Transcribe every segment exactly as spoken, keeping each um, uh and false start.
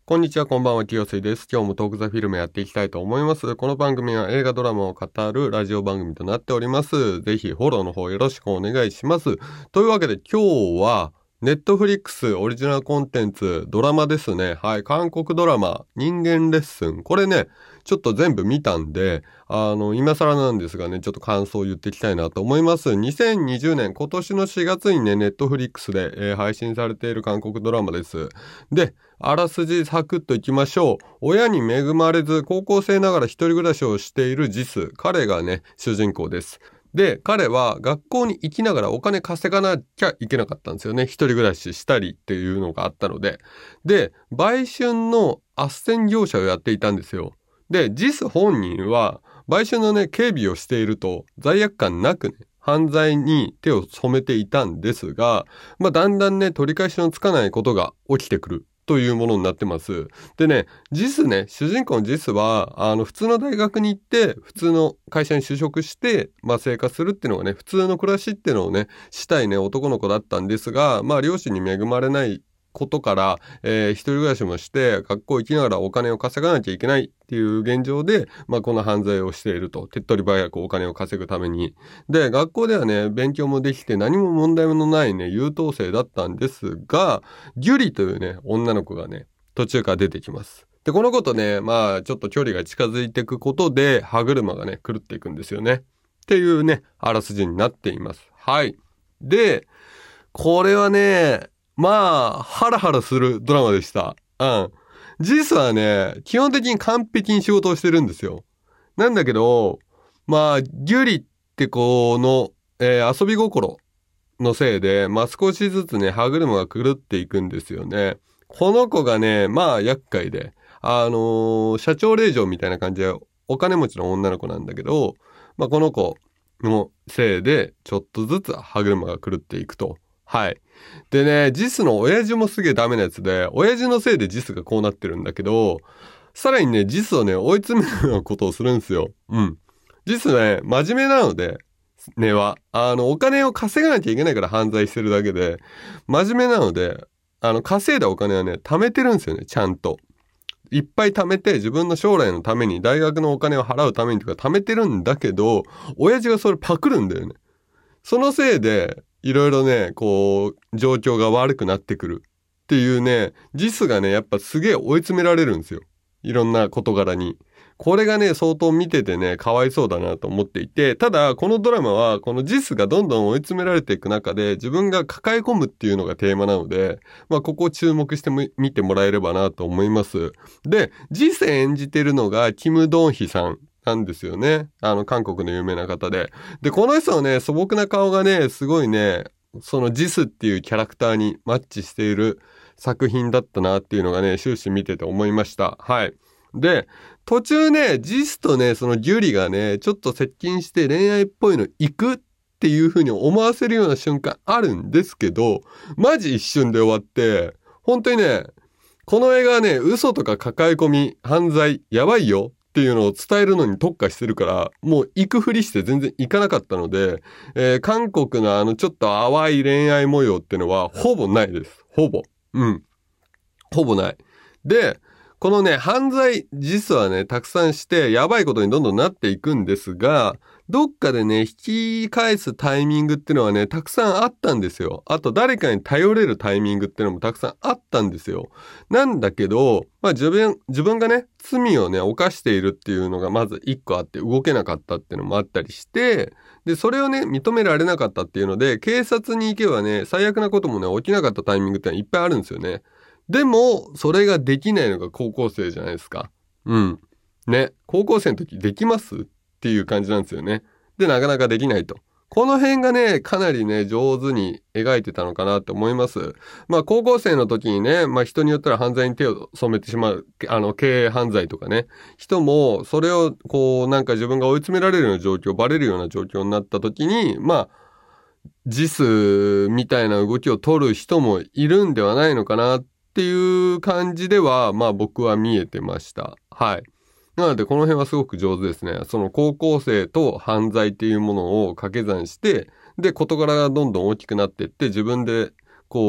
こんにちは、こんばんは、清水です。今日もトークザフィルムやっていきたいと思います。この番組は映画ドラマを語るラジオ番組となっております。ぜひフォローの方よろしくお願いします。というわけで今日は、ネットフリックスオリジナルコンテンツ、ドラマですね。はい、韓国ドラマ、人間レッスン。これね、ちょっと全部見たんで、あの、今更なんですがね、ちょっと感想を言っていきたいなと思います。にせんにじゅうねん、今年のしがつにね、ネットフリックスで、えー配信されている韓国ドラマです。で、あらすじサクッといきましょう。親に恵まれず、高校生ながら一人暮らしをしているジス。彼がね、主人公です。で、彼は学校に行きながらお金稼がなきゃいけなかったんですよね。一人暮らししたりっていうのがあったので。で、売春の斡旋業者をやっていたんですよ。で、ジス本人は、売春のね、警備をしていると罪悪感なくね、犯罪に手を染めていたんですが、まあ、だんだんね、取り返しのつかないことが起きてくる。というものになってます。でね、ジスね、主人公のジスは、あの、普通の大学に行って、普通の会社に就職して、まあ生活するっていうのがね、普通の暮らしっていうのをね、したいね、男の子だったんですが、まあ両親に恵まれないことから、えー、一人暮らしもして、学校行きながらお金を稼がなきゃいけないっていう現状で、まあこの犯罪をしていると。手っ取り早くお金を稼ぐために。で、学校ではね、勉強もできて何も問題のないね、優等生だったんですが、ギュリというね、女の子がね、途中から出てきます。で、この子とね、まあちょっと距離が近づいていくことで、歯車がね、狂っていくんですよね。っていうね、あらすじになっています。はい。で、これはね、まあ、ハラハラするドラマでした。うん。ジスはね、基本的に完璧に仕事をしてるんですよ。なんだけど、まあ、ギュリって子の、えー遊び心のせいで、まあ少しずつね、歯車が狂っていくんですよね。この子がね、まあ厄介で、あのー社長令嬢みたいな感じで、お金持ちの女の子なんだけど、まあこの子のせいで、ちょっとずつ歯車が狂っていくと。はい。でね、ジスの親父もすげえダメなやつで、親父のせいでジスがこうなってるんだけど、さらにね、ジスをね、追い詰めるようなことをするんですよ。うん。ジスね、真面目なので、根は。あの、お金を稼がなきゃいけないから犯罪してるだけで、真面目なので、あの、稼いだお金はね、貯めてるんですよね、ちゃんと。いっぱい貯めて自分の将来のために、大学のお金を払うためにとか貯めてるんだけど、親父がそれパクるんだよね。そのせいで、いろいろね、こう、状況が悪くなってくるっていうね、ジスがね、やっぱすげえ追い詰められるんですよ。いろんな事柄に。これがね、相当見ててね、かわいそうだなと思っていて、ただ、このドラマは、このジスがどんどん追い詰められていく中で、自分が抱え込むっていうのがテーマなので、まあ、ここを注目してみ見てもらえればなと思います。で、ジス演じてるのが、キム・ドンヒさん。なんですよね。あの、韓国の有名な方で。で、この人のね、素朴な顔がね、すごいね、そのジスっていうキャラクターにマッチしている作品だったなっていうのがね、終始見てて思いました。はい。で、途中ね、ジスとね、そのギュリがね、ちょっと接近して恋愛っぽいの行くっていう風に思わせるような瞬間あるんですけど、マジ一瞬で終わって、本当にね、この映画はね、嘘とか抱え込み、犯罪、やばいよっていうのを伝えるのに特化してるから、もう行くふりして全然行かなかったので、えー韓国のあのちょっと淡い恋愛模様ってのはほぼないです。ほぼ。うん。ほぼない。で、このね、犯罪、実はね、たくさんして、やばいことにどんどんなっていくんですが、どっかでね、引き返すタイミングってのはね、たくさんあったんですよ。あと、誰かに頼れるタイミングってのもたくさんあったんですよ。なんだけど、まあ自分、自分がね、罪をね、犯しているっていうのがまず一個あって、動けなかったっていうのもあったりして、で、それをね、認められなかったっていうので、警察に行けばね、最悪なこともね、起きなかったタイミングってのはいっぱいあるんですよね。でも、それができないのが高校生じゃないですか。うん。ね。高校生の時できますっていう感じなんですよね。で、なかなかできないと。この辺がね、かなりね、上手に描いてたのかなって思います。まあ、高校生の時にね、まあ人によったら犯罪に手を染めてしまう、あの、経営犯罪とかね、人も、それを、こう、なんか自分が追い詰められるような状況、バレるような状況になった時に、まあ、ジスみたいな動きを取る人もいるんではないのかなっていう感じでは、まあ僕は見えてました。はい。なのでこの辺はすごく上手ですね。その高校生と犯罪っていうものを掛け算して、で、事柄がどんどん大きくなっていって、自分でこう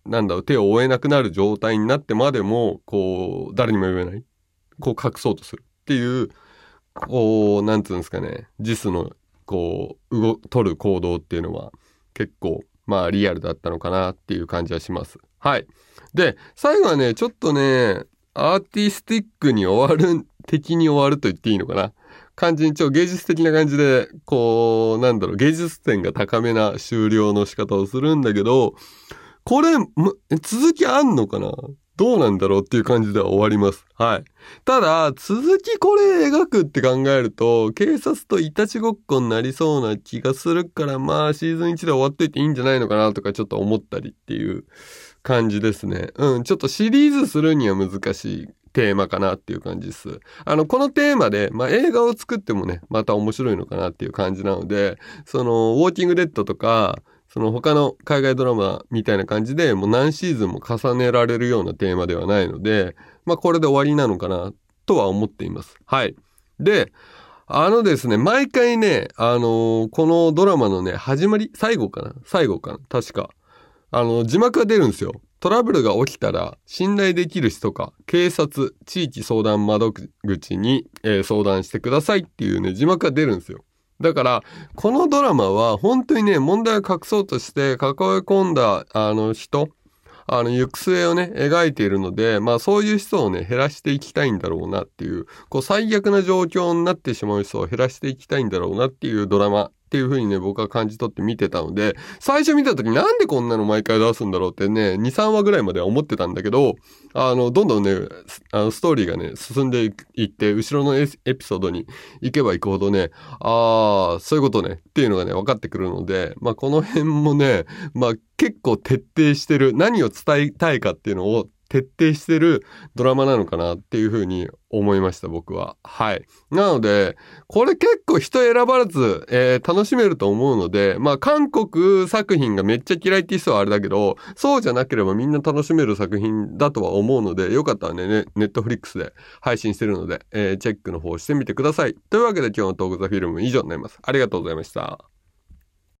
なんだろう、手を負えなくなる状態になってまでも、こう、誰にも言えない。こう隠そうとするっていう、こう、なんつうんですかね、ジスの、こう、動、取る行動っていうのは、結構、まあ、リアルだったのかなっていう感じはします。はい。で、最後はね、ちょっとね、アーティスティックに終わる、的に終わると言っていいのかな。感じに、ちょ、芸術的な感じで、こう、なんだろう、芸術点が高めな終了の仕方をするんだけど、これ、続きあんのかな？どうなんだろうっていう感じでは終わります。はい。ただ、続きこれ描くって考えると、警察といたちごっこになりそうな気がするから、まあ、シーズンいちで終わっといていいんじゃないのかなとかちょっと思ったりっていう感じですね。うん、ちょっとシリーズするには難しいテーマかなっていう感じです。あの、このテーマで、まあ、映画を作ってもね、また面白いのかなっていう感じなので、その、ウォーキングデッドとか、その他の海外ドラマみたいな感じでもう何シーズンも重ねられるようなテーマではないので、まあこれで終わりなのかなとは思っています。はい。で、あのですね、毎回ね、あのー、このドラマのね、始まり、最後かな最後かな確か。あの、字幕が出るんですよ。トラブルが起きたら、信頼できる人か、警察、地域相談窓口に、えー、相談してくださいっていうね、字幕が出るんですよ。だから、このドラマは本当にね、問題を隠そうとして囲い込んだ、あの人、あの行く末をね、描いているので、まあそういう人をね、減らしていきたいんだろうなっていう、こう最悪な状況になってしまう人を減らしていきたいんだろうなっていうドラマっていう風にね、僕は感じ取って見てたので、最初見た時なんでこんなの毎回出すんだろうってね、に、さんわぐらいまでは思ってたんだけど、あの、どんどんね、あのストーリーがね、進んでいって、後ろのエピソードに行けば行くほどね、ああ、そういうことねっていうのがね、分かってくるので、まあこの辺もね、まあ結構徹底してる、何を伝えたいかっていうのを徹底してるドラマなのかなっていうふうに思いました、僕は。はい。なので、これ結構人選ばず、えー、楽しめると思うので、まあ韓国作品がめっちゃ嫌いっていう人はあれだけど、そうじゃなければみんな楽しめる作品だとは思うので、よかったらね、ネットフリックスで配信してるので、えー、チェックの方してみてください。というわけで今日のトークザフィルム以上になります。ありがとうございました。